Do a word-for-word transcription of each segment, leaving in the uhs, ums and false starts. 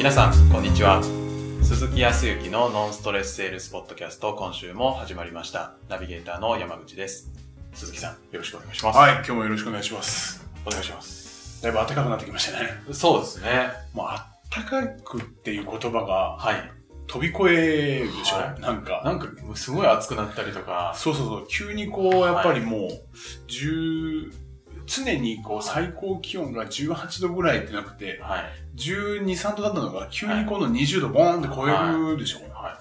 皆さんこんにちは。鈴木康之のノンストレスセールスポッドキャスト、今週も始まりました。ナビゲーターの山口です。鈴木さん、よろしくお願いします。 はい、今日もよろしくお願いします。 お願いします。 だいぶ暖かくなってきましたね。 そうですね。 もう暖かくっていう言葉が、 はい。 飛び越えるでしょ、 はい、 なんか。 なんか、すごい暑くなったりとか。 そうそうそう。急にこう、やっぱりもう、じゅう、常にこう、最高気温がじゅうはちどぐらいってなくて、はい、じゅうに、さんどだったのが、急にこのにじゅうどボーンって超えるでしょ、はい、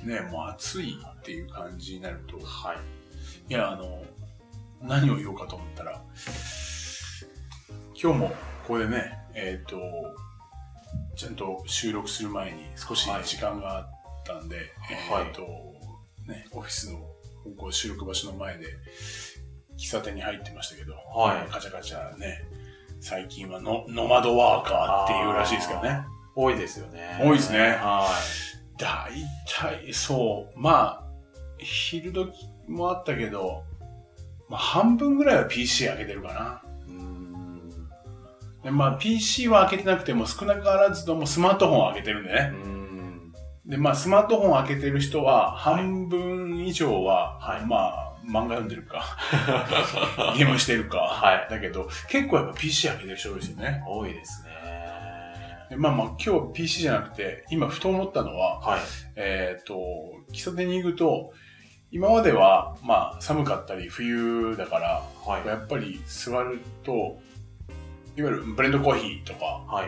ね、もう暑いっていう感じになると、はい、いや、あの、何を言おうかと思ったら、今日もここでね、えっと、ちゃんと収録する前に少し時間があったんで、はい、えっと、ね、オフィスのこう収録場所の前で喫茶店に入ってましたけど、はい、カチャカチャね、最近はのノマドワーカーっていうらしいですけどね。 多いですよね。 多いですね。 はい。 だいたいそう、まあ、昼時もあったけど、まあ半分ぐらいは ピーシー 開けてるかな。でまあ ピーシー は開けてなくても少なからずともスマートフォンを開けてるんでね。うんでまあスマートフォンを開けてる人は半分以上は、はい、まあ漫画読んでるかゲームしてるか、はい、だけど結構やっぱ ピーシー 開けてる人多いですよね。 多いですね。 でまあまあ今日 ピーシー じゃなくて今ふと思ったのは、はい、えっと喫茶店に行くと今まではまあ寒かったり冬だから、はい、やっぱり座るといわゆるブレンドコーヒーとか、はい、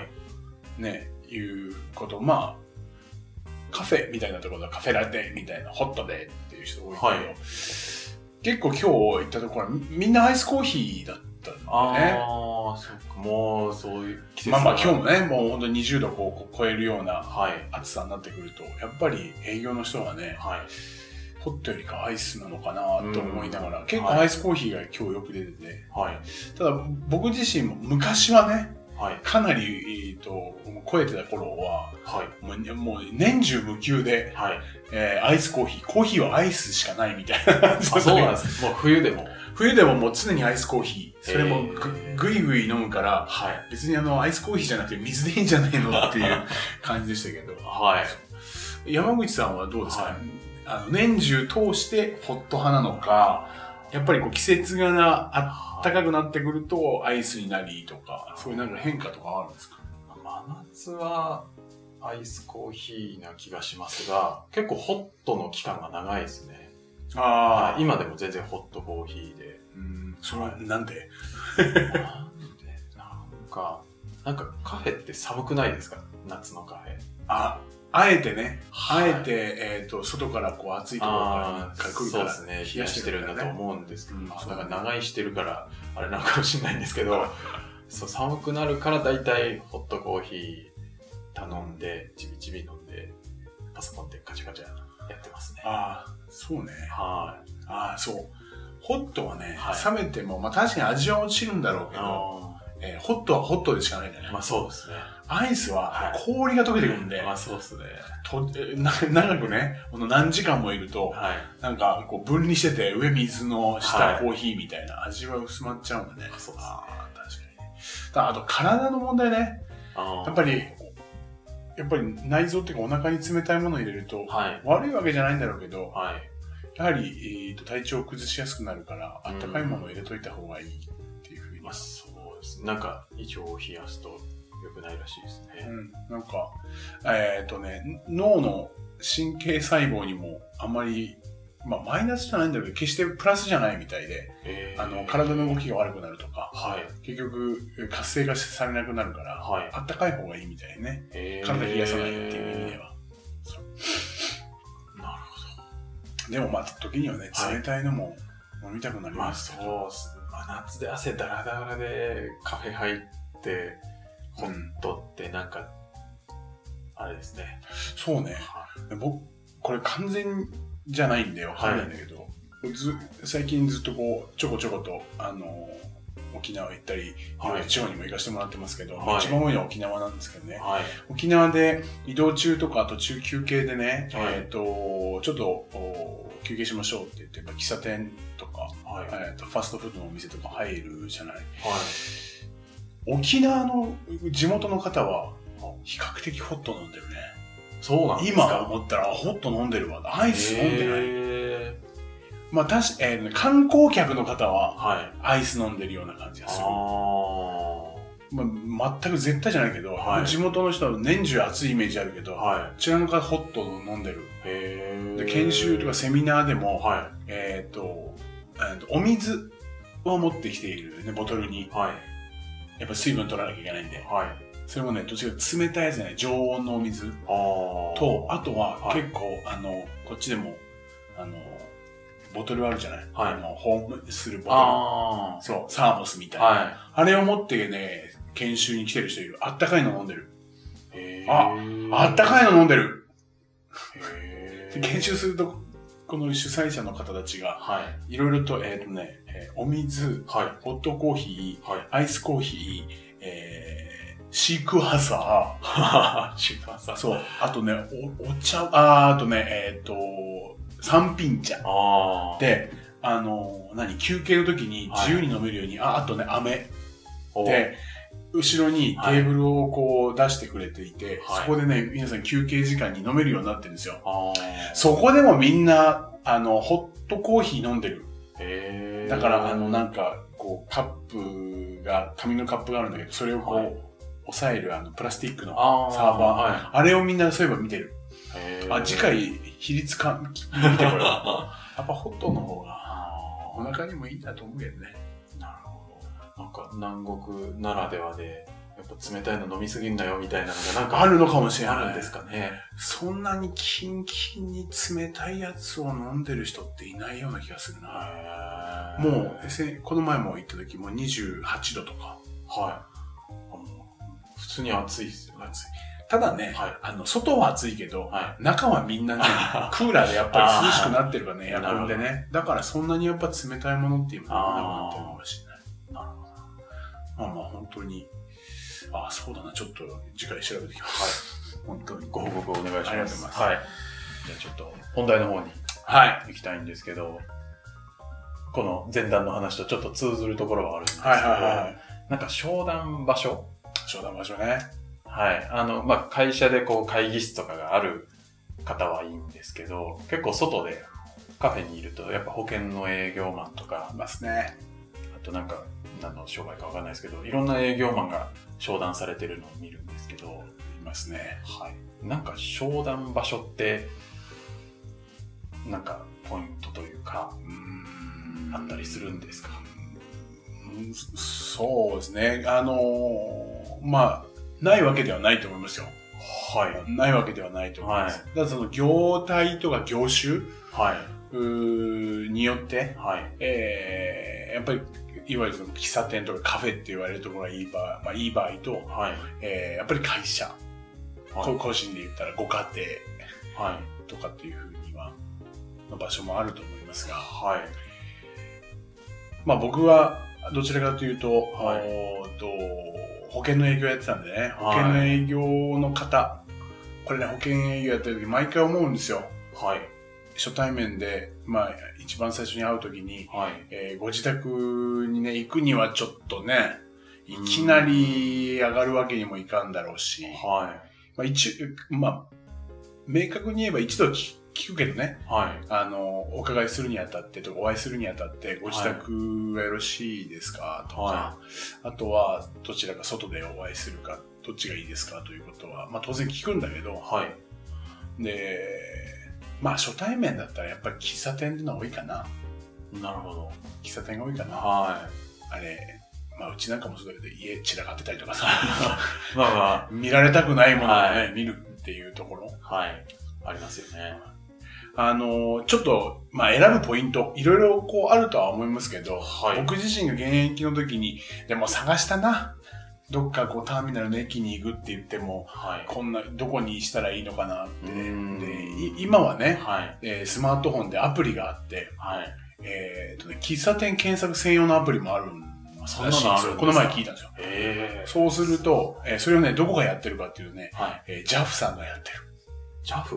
ね、いうこと、まあ、カフェみたいなところはカフェラテみたいな、ホットでっていう人多いけど、はい、結構今日行ったところはみんなアイスコーヒーだったんだよね。 ああ、そっか、もうそういう季節まあまあ今日もね、もう本当ににじゅうどこう超えるような暑さになってくると、やっぱり営業の人はね、はい、ホットよりかアイスなのかなと思いながら、結構アイスコーヒーが今日よく出てて、はい、ただ僕自身も昔はね、はい、かなり、えー、と超えてた頃は、はい、も, うもう年中無休で、はいえー、アイスコーヒー、コーヒーはアイスしかないみたいな感じで。 あ、そうなんです。もう冬でも。 冬でももう常にアイスコーヒー。それも ぐ, ぐいぐい飲むから、はい、別にあのアイスコーヒーじゃなくて水でいいんじゃないのっていう感じでしたけど。はい、山口さんはどうですか、はい、あの年中通してホット派なのか、やっぱりこう季節がなあったかくなってくるとアイスになりとか、そういうなんか変化とかあるんですか？ 真夏はアイスコーヒーな気がしますが、結構ホットの期間が長いですね。ああ、今でも全然ホットコーヒーで。 うん、それはなんで？ なんでなんか、なんかカフェって寒くないですか？夏のカフェ。 あ、あえてね、はい、あえて、えっと、外からこう暑いところから来るから、 そうですね、冷やしてるんだと思うんですけど、うん、だから長居してるから、あれなのかもしれないんですけど、そう、寒くなるからだいたいホットコーヒー頼んで、ちびちび飲んで、パソコンでカチャカチャやってますね。 ああ、そうね。 はい。 ああ、そう。ホットはね、はい、冷めても、まあ確かに味は落ちるんだろうけど、えー、ホットはホットでしかないんだね。 まあそうですね。 アイスは氷が溶けてくるんで、はい、 まあそうですね。 とな長くね、この何時間もいると、はい、なんかこう分離してて、上水の下コーヒーみたいな味は薄まっちゃうんだね。 そうですね。 あ確かにね。だあと体の問題ね。やっぱり、やっぱり内臓っていうかお腹に冷たいものを入れると、はい、悪いわけじゃないんだろうけど、はい、やはり、えーと、体調を崩しやすくなるから、あったかいものを入れといた方がいいっていうふうに。 まあそうですね。なんか胃腸を冷やすと良くないらしいですね。 うん。なんか、えっとね、脳の神経細胞にもあんまり、まあマイナスじゃないんだけど、決してプラスじゃないみたいで、えー、あの、体の動きが悪くなるとか、はい、結局活性化されなくなるから、はい、あったかい方がいいみたいね。えー、体冷やさないっていう意味では。そうなるほど。でもまあ、時にはね、冷たいのも飲みたくなりますけど。 まあそうですね。まあ夏で汗だらだらでカフェ入って、ホットってなんか、あれですね。 そうね。はい、僕、これ完全じゃないんでわかんないんだけど、はい、ず最近ずっとこう、ちょこちょこと、あの、沖縄行ったり、はい、地方にも行かせてもらってますけど、はい、一番多いのは沖縄なんですけどね。はい、沖縄で移動中とか途中休憩でね、はい、えっと、ちょっと休憩しましょうって言って、喫茶店とか、はい、えーと、ファストフードのお店とか入るじゃない。はい、沖縄の地元の方は、 比較的ホット飲んでるね。 そうなんですか？ 今思ったら、ホット飲んでるわ。アイス飲んでない。まあ、確か、えー、観光客の方は、アイス飲んでるような感じがする。はい、まあ、全く絶対じゃないけど、はい、地元の人は年中暑いイメージあるけど、はい、こちらの方ホット飲んでる。へで研修とかセミナーでも、はい、えっと、お水を持ってきているね、ボトルに。はい、やっぱ水分取らなきゃいけないんで。はい、それもね、どっちか冷たいやつじゃない、常温のお水。と、あとは結構、はい、あの、こっちでも、あの、ボトルあるじゃない、はい、あの、ホームするボトル。あそう、サーモスみたいな。はい、あれを持ってね、研修に来てる人いる。あったかいの飲んでる。へー。あ、あったかいの飲んでる。へー。研修すると、この主催者の方たちが、はい。いろいろと、えっとね、えー、お水、はい。ホットコーヒー、はい。アイスコーヒー、えー、シークワーサー。シークワーサー。そう。あとね、お、お茶、あ, あとね、えっ、ー、と、三品茶。あで、あの、何、休憩の時に自由に飲めるように、はい、あ、あとね、飴。で、後ろにテーブルをこう出してくれていて、はい、そこでね、皆さん休憩時間に飲めるようになってるんですよ。そこでもみんな、あの、ホットコーヒー飲んでる。へだから、あの、なんか、こう、カップが、紙のカップがあるんだけど、それをこう、はい、押さえる、あの、プラスチックのサーバー。あ,、はい、あれをみんなそういえば見てる。あ、次回、比率か、見てこれ。やっぱホットの方が、お腹にもいいんだと思うけどね。 なるほど。なんか、南国ならではで、やっぱ冷たいの飲みすぎんなよみたいなのがなんかあるのかもしれない。 あるんですかね。 そんなにキンキンに冷たいやつを飲んでる人っていないような気がするな。もう、この前も行った時もにじゅうはちどとか。はい。 普通に暑いですよね。暑い。 ただね、はい、あの、外は暑いけど、はい、中はみんなね、クーラーでやっぱり涼しくなってるからね、エアコンでね。だからそんなにやっぱ冷たいものっていうものがなくなってるかもしれない。なるほど。まあまあ本当に、ああ、そうだな、ちょっと次回調べてきます。はい。本当にご報告お願いします。ありがとうございます。 はい。 じゃあちょっと本題の方に行きたいんですけど、はい、この前段の話とちょっと通ずるところはあるんですけど、はいはいはい、なんか商談場所商談場所ね。 はい。あの、まあ、会社でこう会議室とかがある方はいいんですけど、結構外でカフェにいると、やっぱ保険の営業マンとか、 いますね。 あとなんか、何の商売かわかんないですけど、いろんな営業マンが商談されてるのを見るんですけど、 いますね。 はい。なんか商談場所って、なんかポイントというか、うーんあったりするんですか？ うん、そうですね。あのー、まあ、ないわけではないと思いますよ。はい。ないわけではないと思います。はい、ただその業態とか業種、はい、うによって、はい、えー、やっぱりいわゆるその喫茶店とかカフェって言われるところがいい場合、まあいい場合と、はい、えー、やっぱり会社、はい、個人で言ったらご家庭、はい、とかっていうふうにはの場所もあると思いますが、はい、まあ僕はどちらかというと、はい、と保険の営業やってたんでね、保険の営業の方、はい、これね、保険営業やってる時毎回思うんですよ。はい。初対面で、まあ、一番最初に会う時に、はい、えー、ご自宅にね、行くにはちょっとね、いきなり上がるわけにもいかんだろうし、はい。まあ一、まあ、明確に言えば一度聞聞くけどね、はい。あの、お伺いするにあたってとか、お会いするにあたって、ご自宅はよろしいですかとか、はい、あとは、どちらか外でお会いするか、どっちがいいですかということは、まあ当然聞くんだけど、はい。で、まあ初対面だったらやっぱり喫茶店の方が多いかな。 なるほど。 喫茶店が多いかな。はい。あれ、まあうちなんかもそうだけど、家散らかってたりとかさ、まあまあ、見られたくないものをね、はい、見るっていうところ。 はい。ありますよね。 あの、ちょっと、まあ、選ぶポイント、いろいろこうあるとは思いますけど、はい、僕自身が現役の時に、でも探したな。どっかこうターミナルの駅に行くって言っても、はい、こんな、どこにしたらいいのかなって。で、今はね、はい、えー、スマートフォンでアプリがあって、はい、えーとね、喫茶店検索専用のアプリもあるんですよ。そんなのあるんですよ。この前聞いたんですよ。へー。そうすると、えー、それをね、どこがやってるかっていうとね、はい、えー、ジャフ さんがやってる。 ジャフ？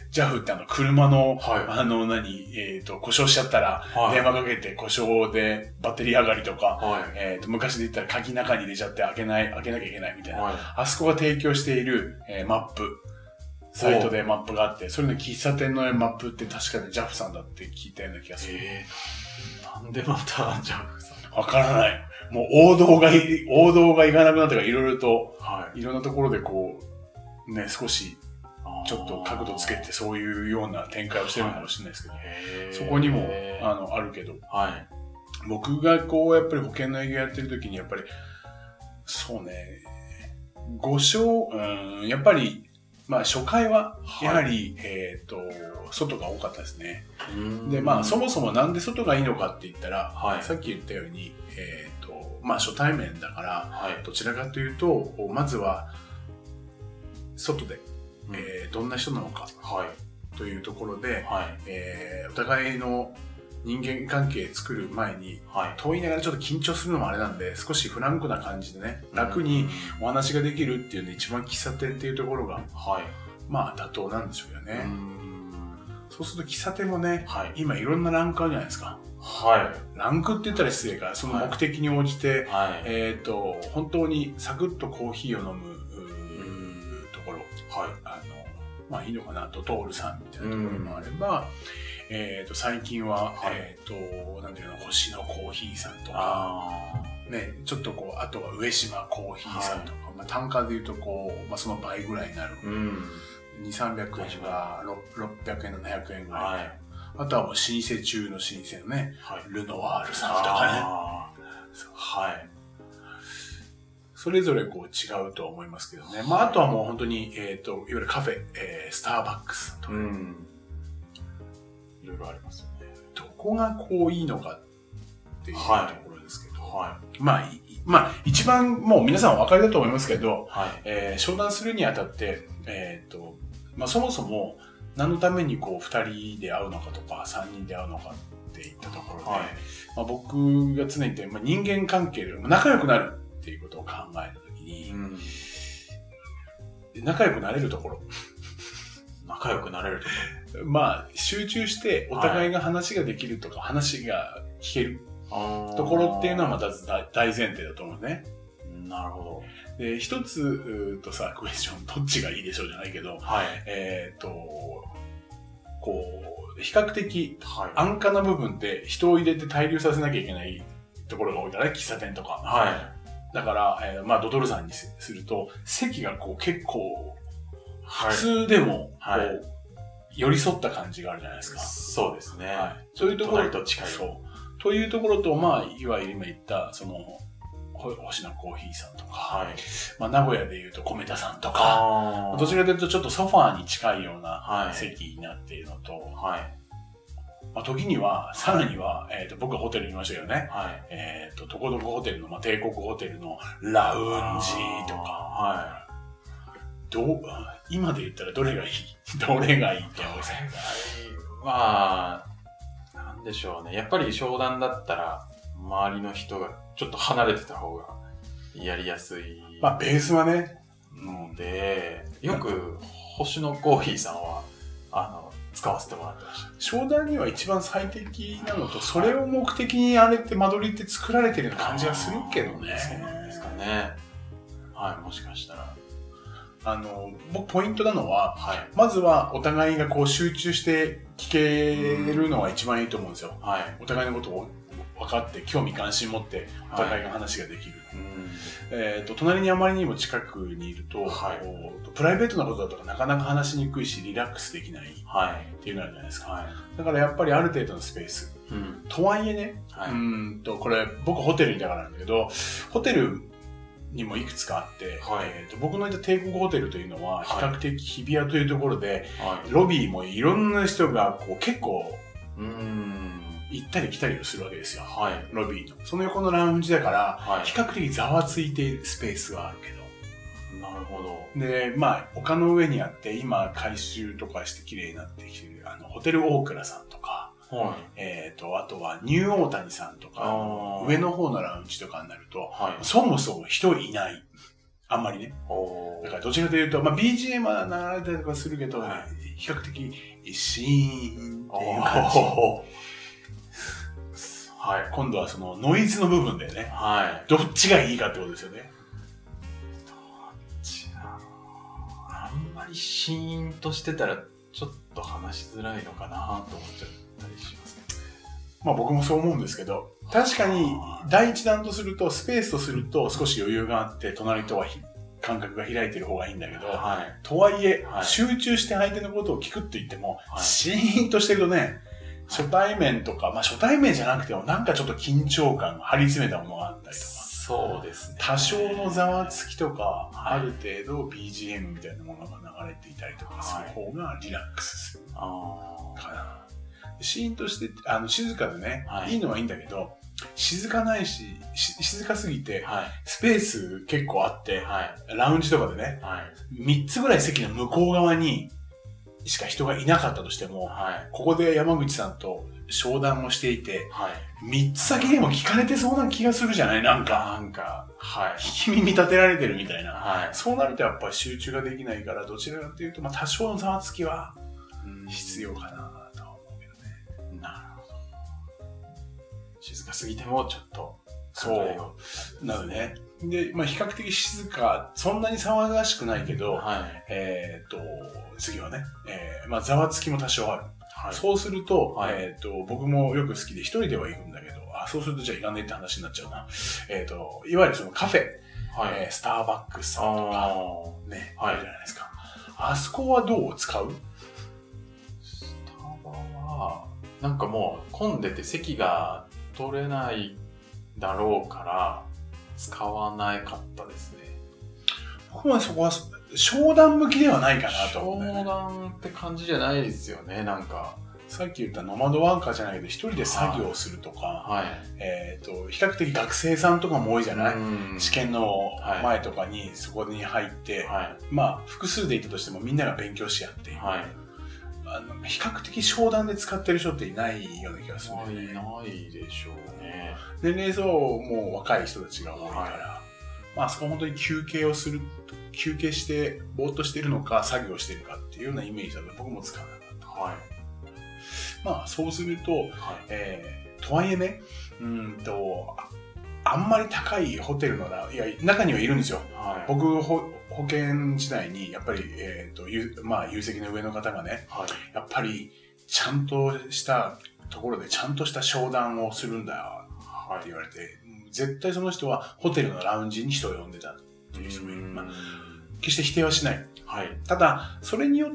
ジャフ ってあの、車の、 はい、 あの、何、えっ、ー、と、故障しちゃったら、電話かけて故障でバッテリー上がりとか、はい、えっ、ー、と、昔で言ったら鍵中に入れちゃって開けない、開けなきゃいけないみたいな、はい、あそこが提供している、えー、マップ、サイトでマップがあって、それの喫茶店のマップって確かに ジャフ さんだって聞いたような気がする。 えー、なんでまた ジャフ さんわからない。もう王道がい、王道がいかなくなったからいろいろと、はい、いろんなところでこう、ね、少し、ちょっと角度つけてそういうような展開をしてるのかもしれないですけど、はい、そこにも、あの、あるけど、はい、僕がこう、やっぱり保険の営業やってる時に、やっぱり、そうね、ご章、うん、やっぱり、まあ初回は、やはり、はい、えっ、ー、と、外が多かったですね。で、まあそもそもなんで外がいいのかって言ったら、はい、さっき言ったように、えっ、ー、と、まあ初対面だから、はい、どちらかというと、まずは、外で、うん、えー、どんな人なのか、はい、というところで、はい、えー、お互いの人間関係作る前に、はい、遠いながらちょっと緊張するのもあれなんで、少しフランクな感じでね、楽にお話ができるっていうので、一番喫茶店っていうところが、はい、まあ妥当なんでしょうよね。うそうすると喫茶店もね、はい、今いろんなランクあるじゃないですか。はい。ランクって言ったら失礼か、その目的に応じて、はい、えっ、ー、と、本当にサクッとコーヒーを飲むところ、はい、あの、まあいいのかな、ドトールさんみたいなところもあれば、えっ、ー、と、最近は、はい、えっ、ー、と、なんていうの、星のコーヒーさんとか、ね、ちょっとこう、あとは上島コーヒーさんとか、はい、まあ単価で言うとこう、まあその倍ぐらいになる。うん、にひゃく、さんびゃくえんがろっぴゃくえん、ななひゃくえんぐらい。はい、あとはもう老舗中の老舗のね、はい、ルノワールさんとかね。はい。それぞれこう違うとは思いますけどね。まああとはもう本当に、えっ、ー、と、いわゆるカフェ、えー、スターバックスとか。うんいろいろありますよね。どこがこういいのかっていうところですけど、はい、まあ、まあ、一番もう皆さんお分かりだと思いますけど、はい、えー、商談するにあたって、えっ、ー、と、まあそもそも何のためにこう二人で会うのかとか三人で会うのかっていったところで、はい、まあ、僕が常に言って、まあ、人間関係で仲良くなるっていうことを考えたときに、うん、仲良くなれるところ。 仲良くなれるとか。まあ、集中してお互いが話ができるとか、はい、話が聞けるところっていうのはまた大前提だと思うね。 なるほど。 で、一つとさ、クエスチョン、どっちがいいでしょうじゃないけど、はい、えっ、ー、と、こう、比較的安価な部分で人を入れて滞留させなきゃいけないところが多いからね、喫茶店とか。はい。だから、えー、まあ、ドトルさんにすると、席がこう結構、普通でも、こう、はい、寄り添った感じがあるじゃないですか。 そうですね。はい。 そういうところと近い。 そう。というところと、まあ、いわゆる今言った、その、星野コーヒーさんとか、はい、まあ、名古屋で言うと米田さんとか、どちらかというとちょっとソファーに近いような席になっているのと、はい、まあ、時には、さらには、えっ、ー、と、僕はホテルにいましたけどね、はい、えっ、ー、と、とこどこホテルの、まあ、帝国ホテルのラウンジとか、はい、どう、今で言ったらどれがいいどれがいいって思います。 まあ、なんでしょうね。やっぱり商談だったら、周りの人がちょっと離れてた方がやりやすい。 まあ、ベースはね。 ので、よく星野コーヒーさんは、あの、使わせてもらってました。 商談には一番最適なのと、それを目的にあれって間取りって作られてるような感じがするけどね。 そうなんですかね。はい、もしかしたら。 あの、僕ポイントなのは、はい、まずはお互いがこう集中して聞けるのが一番いいと思うんですよ。はい、お互いのことを分かって興味関心持ってお互いが話ができる。はい、えっと、隣にあまりにも近くにいると、はい、プライベートなことだとかなかなか話しにくいしリラックスできないっていうのあるじゃないですか。はい、だからやっぱりある程度のスペース。うん、とはいえね、はい、うんと、これ僕ホテルにだからなんだけど、ホテルにもいくつかあって、はい、えーと、僕のいた帝国ホテルというのは比較的日比谷というところで、はい、ロビーもいろんな人がこう結構、うーん行ったり来たりをするわけですよ。はい。ロビーの。その横のラウンジだから、はい、比較的ざわついているスペースはあるけど。なるほど。 で、まあ、丘の上にあって、今改修とかして綺麗になってきてる、あの、ホテル大倉さんとか、はい、えっ、ー、と、あとはニューオータニさんとか、上の方のラウンジとかになると、はい、そもそも人いない。 あんまりね。だからどちらかというと、まあ、ビージーエム は流れたりとかするけど、はい、比較的シーンっていう感じ。はい、今度はそのノイズの部分でね、はい、どっちがいいかってことですよね。 どっちだろう。あんまりシーンとしてたらちょっと話しづらいのかなと思っちゃったりしますね。 まあ僕もそう思うんですけど、確かに第一弾とするとスペースとすると少し余裕があって隣とは感覚が開いてる方がいいんだけど、はい、とはいえ、はい、集中して相手のことを聞くって言っても、はい、シーンとしてるとね、初対面とか、まあ初対面じゃなくてもなんかちょっと緊張感が張り詰めたものがあったりとか。 そうですね。 多少のざわつきとか、はい、ある程度 ビージーエム みたいなものが流れていたりとかする方がリラックスするかな。はい、シーンとしてあの静かでね、はい、いいのはいいんだけど、静かないし、し静かすぎて、はい、スペース結構あって、はい、ラウンジとかでね、はい、みっつぐらい席の向こう側にしか人がいなかったとしても、はい、ここで山口さんと商談をしていて、はい、みっつ先でも聞かれてそうな気がするじゃないなんか。 なんか、はい。 聞き耳立てられてるみたいな。はい、そうなるとやっぱり集中ができないから、どちらかというと、まあ多少のざわつきは必要かなとは思うけどね。 なるほど。静かすぎてもちょっと。 そう。なのでね。で、まあ比較的静か、そんなに騒がしくないけど、はい、えっと、次はね、えー、まあざわつきも多少ある。はい、そうすると、はい、えっと、僕もよく好きで一人では行くんだけど、あ、そうするとじゃあいらねえって話になっちゃうな。えっと、いわゆるそのカフェ、はい、えー、スターバックスさんとか、ね、あるじゃないですか。あそこはどう使う？ スタバは、なんかもう混んでて席が取れないだろうから、使わなかったですね。 僕はそこは商談向きではないかなと思う、ね。 商談って感じじゃないですよね、なんか。 さっき言ったノマドワーカーじゃないけど、一人で作業するとか、はい、えっと、比較的学生さんとかも多いじゃない？試験の前とかにそこに入って、はい、まあ、複数でいたとしてもみんなが勉強し合っている。はい、あの比較的商談で使ってる人っていないような気がする、ね。 いないでしょうね。 年齢層も若い人たちが多いから、はい、まあ、あそこは本当に休憩をする、休憩してぼーっとしてるのか作業してるかっていうようなイメージだと僕も使わなかった。はい、まあそうすると、はい、えー、とはいえね、うんとあんまり高いホテルのいや中にはいるんですよ。はい、僕保保険時代にやっぱりえっ、ー、とゆまあ有責の上の方がね、はい、やっぱりちゃんとしたところでちゃんとした商談をするんだよって言われて、はい、絶対その人はホテルのラウンジに人を呼んでたっていう人もいる。まあ、決して否定はしない。はい、ただそれによって、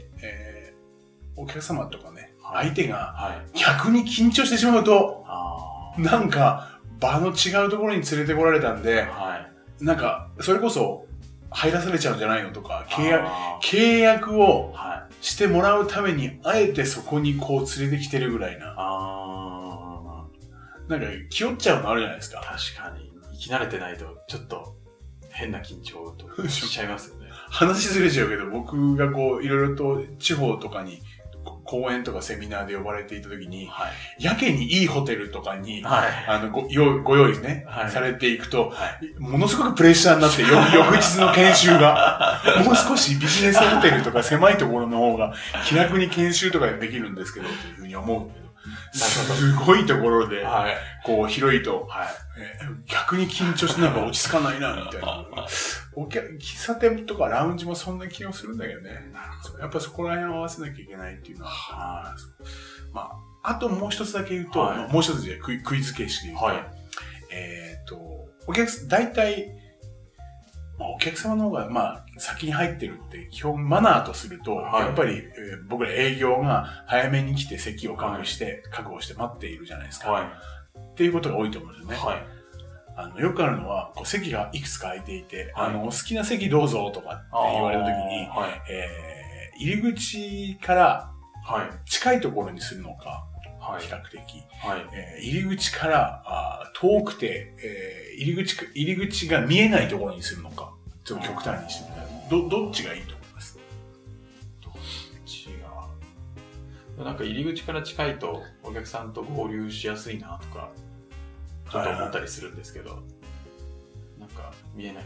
えー、お客様とかね、はい、相手が逆に緊張してしまうと、はい、なんか場の違うところに連れてこられたんで、はい、なんかそれこそ入らされちゃうんじゃないのとか、契約、契約をしてもらうためにあえてそこにこう連れてきてるぐらいな。あ、なんか気負っちゃうのあるじゃないですか。 確かに。生き慣れてないとちょっと変な緊張としちゃいますよね。 話ずれちゃうけど、僕がこういろいろと地方とかに講演とかセミナーで呼ばれていたときに、はい、やけにいいホテルとかに、はい、あの ご, ご用意ね、はい、されていくと、はい、ものすごくプレッシャーになって、翌日の研修が、もう少しビジネスホテルとか狭いところの方が気楽に研修とかできるんですけど、というふうに思うけど、すごいところで、はい、こう広いと、はい、えー、逆に緊張してなんか落ち着かないな、みたいな。お客喫茶店とかラウンジもそんな気がするんだけどね。やっぱそこら辺を合わせなきゃいけないっていうのは。はい、まあ、あともう一つだけ言うと、はい、もう一つでクイ、クイズ形式で言うと、はい、えっと、お客さん、大体、まあ、お客様の方が、まあ、先に入ってるって、基本マナーとすると、はい、やっぱり、えー、僕ら営業が早めに来て席を確保して、はい、確保して待っているじゃないですか。はい、っていうことが多いと思うんですよね。はい、あのよくあるのは、こう席がいくつか空いていて、はい、あの、好きな席どうぞとかって言われたときに、はい、えー、入り口から近いところにするのか、はい、比較的、はい、えー、入り口からあ遠くて、えー、入り口、入り口が見えないところにするのか、ちょっと極端にしてみたら、ど、どっちがいいと思います？ どっちが、なんか入り口から近いとお客さんと合流しやすいなとか、ちょっと思ったりするんですけど、はい、なんか見えないと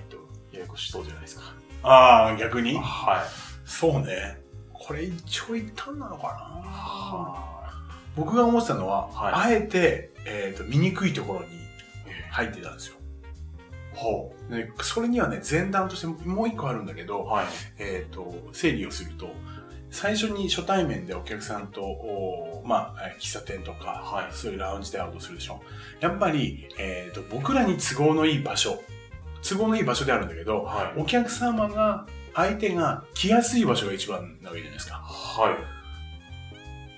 ややこしそうじゃないですか。 ああ、逆にはい。 そうね。これ一長一短なのかな、はあ、僕が思ってたのは、はい、あえて、えーと、見にくいところに入ってたんですよ。ほう。で、それにはね、前段としてもう一個あるんだけど、はい、えっと、整理をすると、最初に初対面でお客さんと、まあ、喫茶店とか、はい、そういうラウンジで会うとするでしょ。やっぱり、えっと、僕らに都合のいい場所、都合のいい場所であるんだけど、はい、お客様が、相手が来やすい場所が一番なわけじゃないですか。はい。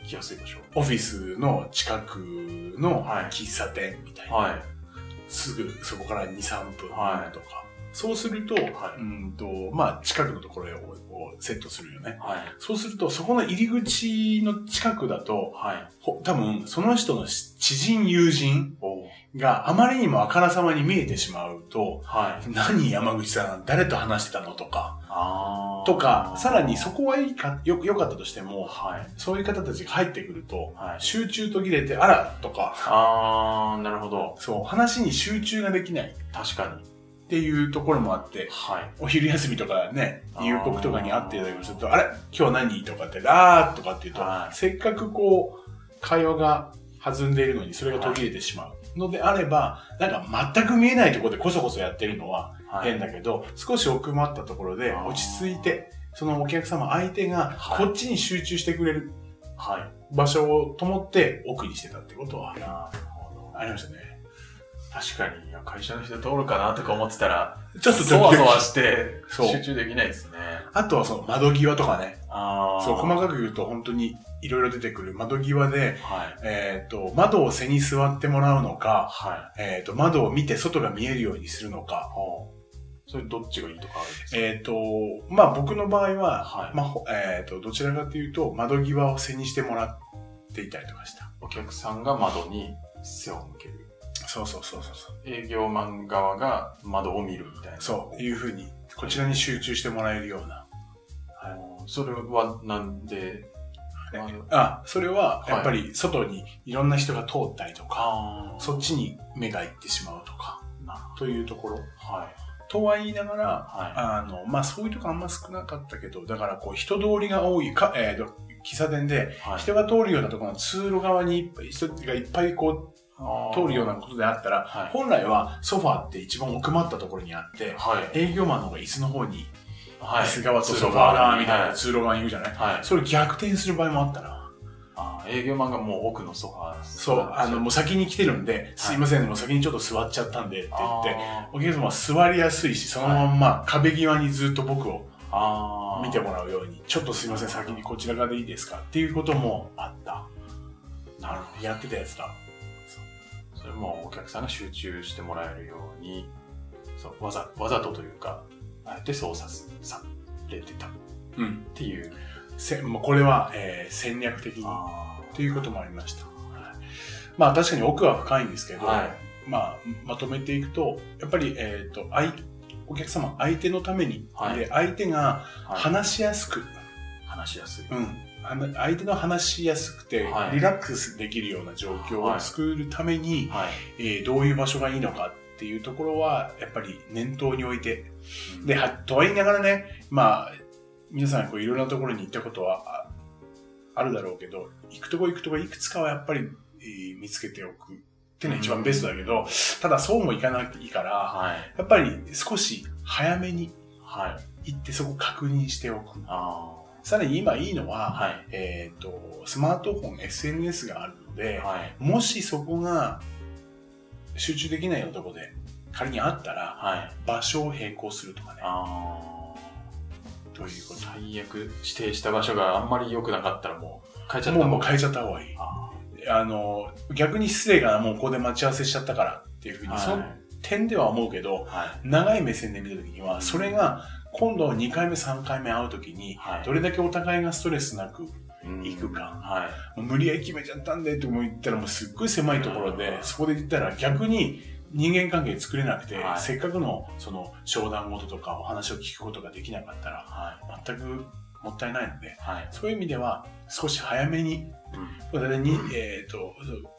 来やすい場所。オフィスの近くの喫茶店みたいな。はい。すぐそこからに、さんぷんとか。はい、そうすると、はい、うんと、まあ、近くのところをセットするよね。はい。そうすると、そこの入り口の近くだと、はい。多分、その人の知人、友人があまりにもあからさまに見えてしまうと、はい。何山口さん、誰と話してたのとか、あとか、さらにそこはいいか、よ、良かったとしても、はい。そういう方たちが入ってくると、はい。集中途切れて、あら、とか。あー、なるほど。そう、話に集中ができない。確かに。っていうところもあって、はい、お昼休みとかね、夕刻とかに会っていただくと、あれ今日何とかって、あーとかって言うと、はい、せっかくこう、会話が弾んでいるのにそれが途切れてしまうのであれば、なんか全く見えないところでこそこそやってるのは変だけど、はい、少し奥まったところで落ち着いて、そのお客様相手がこっちに集中してくれる、はい、場所をと思って奥にしてたってことはありましたね。 確かに、会社の人通るかなとか思ってたら、ちょっとそわそわして集中できないですね。 あとはその窓際とかね。あそう、細かく言うと本当にいろいろ出てくる窓際で、はい、えっと、窓を背に座ってもらうのか、はい、えっと、窓を見て外が見えるようにするのか。はあ、それどっちがいいとかあるんですか？ えっと、まあ僕の場合は、はい、まあ、えっと、どちらかというと窓際を背にしてもらっていたりとかした。 お客さんが窓に背を向ける。 そうそうそうそう。 営業マン側が窓を見るみたいな。 そういうふうに、こちらに集中してもらえるような。 はい、それはなんで、 あ、それはやっぱり外にいろんな人が通ったりとか、はい、そっちに目が行ってしまうとか、というところ。はい。とは言いながら、はい、あの、まあ、そういうとこあんま少なかったけど、だからこう人通りが多いか、えーと、喫茶店で人が通るようなところの通路側に人がいっぱいこう、通るようなことであったら、はい、本来はソファーって一番奥まったところにあって、はい、営業マンの方が椅子の方に、はい、椅子側とソファー側みたいな通路側に行くじゃない、はい、それ逆転する場合もあったな。 あ、営業マンがもう奥のソファー。 そう、あの、もう先に来てるんで、はい、すいません、もう先にちょっと座っちゃったんでって言って、お客様は座りやすいし、そのまんま壁際にずっと僕を見てもらうように、ちょっとすいません、先にこちら側でいいですかっていうこともあった。なるほど。やってたやつだ。 それもお客さんが集中してもらえるように、そうわざわざとというか、あえて操作されてた、うん、っていう。 せもうこれは、えー、戦略的にということもありました。はい、まあ確かに奥は深いんですけど、はい、まあまとめていくと、やっぱりえっと相お客様相手のために、はい、で相手が話しやすく、はい、 話しやすい。 うん。相手の話しやすくて、はい、リラックスできるような状況を作るために、はい、えー、どういう場所がいいのかっていうところは、やっぱり念頭に置いて、うん、で、は、とは言いながらね、まあ、皆さんこういろんなところに行ったことはあるだろうけど、行くとこ行くとこいくつかはやっぱり、えー、見つけておくっていうのが一番ベストだけど、うん、ただそうもいかなくていいから、はい、やっぱり少し早めに行ってそこ確認しておく。あさらに今いいのは、はい、えっと、スマートフォン、エスエヌエス があるので、はい、もしそこが集中できないようなところで仮にあったら、はい、場所を並行するとかね。あということ。最悪指定した場所があんまり良くなかったらもう変えちゃった方がいい。 もう変えちゃった方がいい。あ, あの、逆に失礼がもうここで待ち合わせしちゃったからっていうふうに、はい、その点では思うけど、はい、長い目線で見たときには、それが、今度にかいめさんかいめ会うときに、どれだけお互いがストレスなく行くか、はい、もう無理やり決めちゃったんでって言ったらもうすっごい狭いところで、そこで言ったら逆に人間関係作れなくて、はい、せっかくのその商談事とかお話を聞くことができなかったら、はい、全くもったいないので、はい、そういう意味では少し早めに、うん、にえーと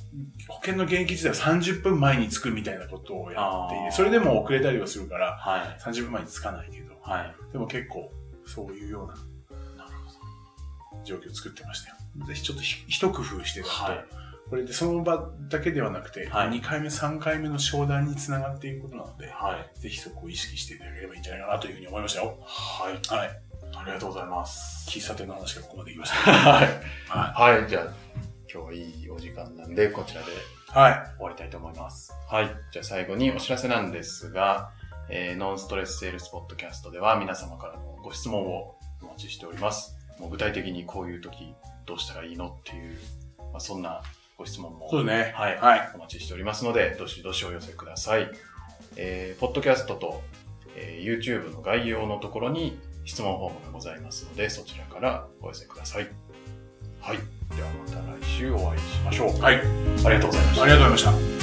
保険の現役自体はさんじゅっぷんまえに着くみたいなことをやっていて、それでも遅れたりはするから、はい、さんじゅっぷんまえに着かないけど、はい、でも結構そういうような状況を作ってましたよ。ぜひちょっと一工夫してたと、はい、これでその場だけではなくて、はい、にかいめ、さんかいめの商談につながっていくことなので、はい、ぜひそこを意識していただければいいんじゃないかなというふうに思いましたよ。 はい。はい。ありがとうございます。 喫茶店の話がここまで来ました。 はい。はい。はい。じゃあ、今日はいいお時間なんで、こちらで終わりたいと思います。はい。はい、じゃあ最後にお知らせなんですが、えー、ノンストレスセールスポッドキャストでは皆様からのご質問をお待ちしております。もう具体的にこういう時どうしたらいいのっていう、まあ、そんなご質問も、 そうね。 はい。はい。お待ちしておりますので、どしどしお寄せください。えー、ポッドキャストと、えー、YouTube の概要のところに質問フォームがございますので、そちらからお寄せください。はい。ではまた来週お会いしましょう。 はい。 ありがとうございました。 ありがとうございました。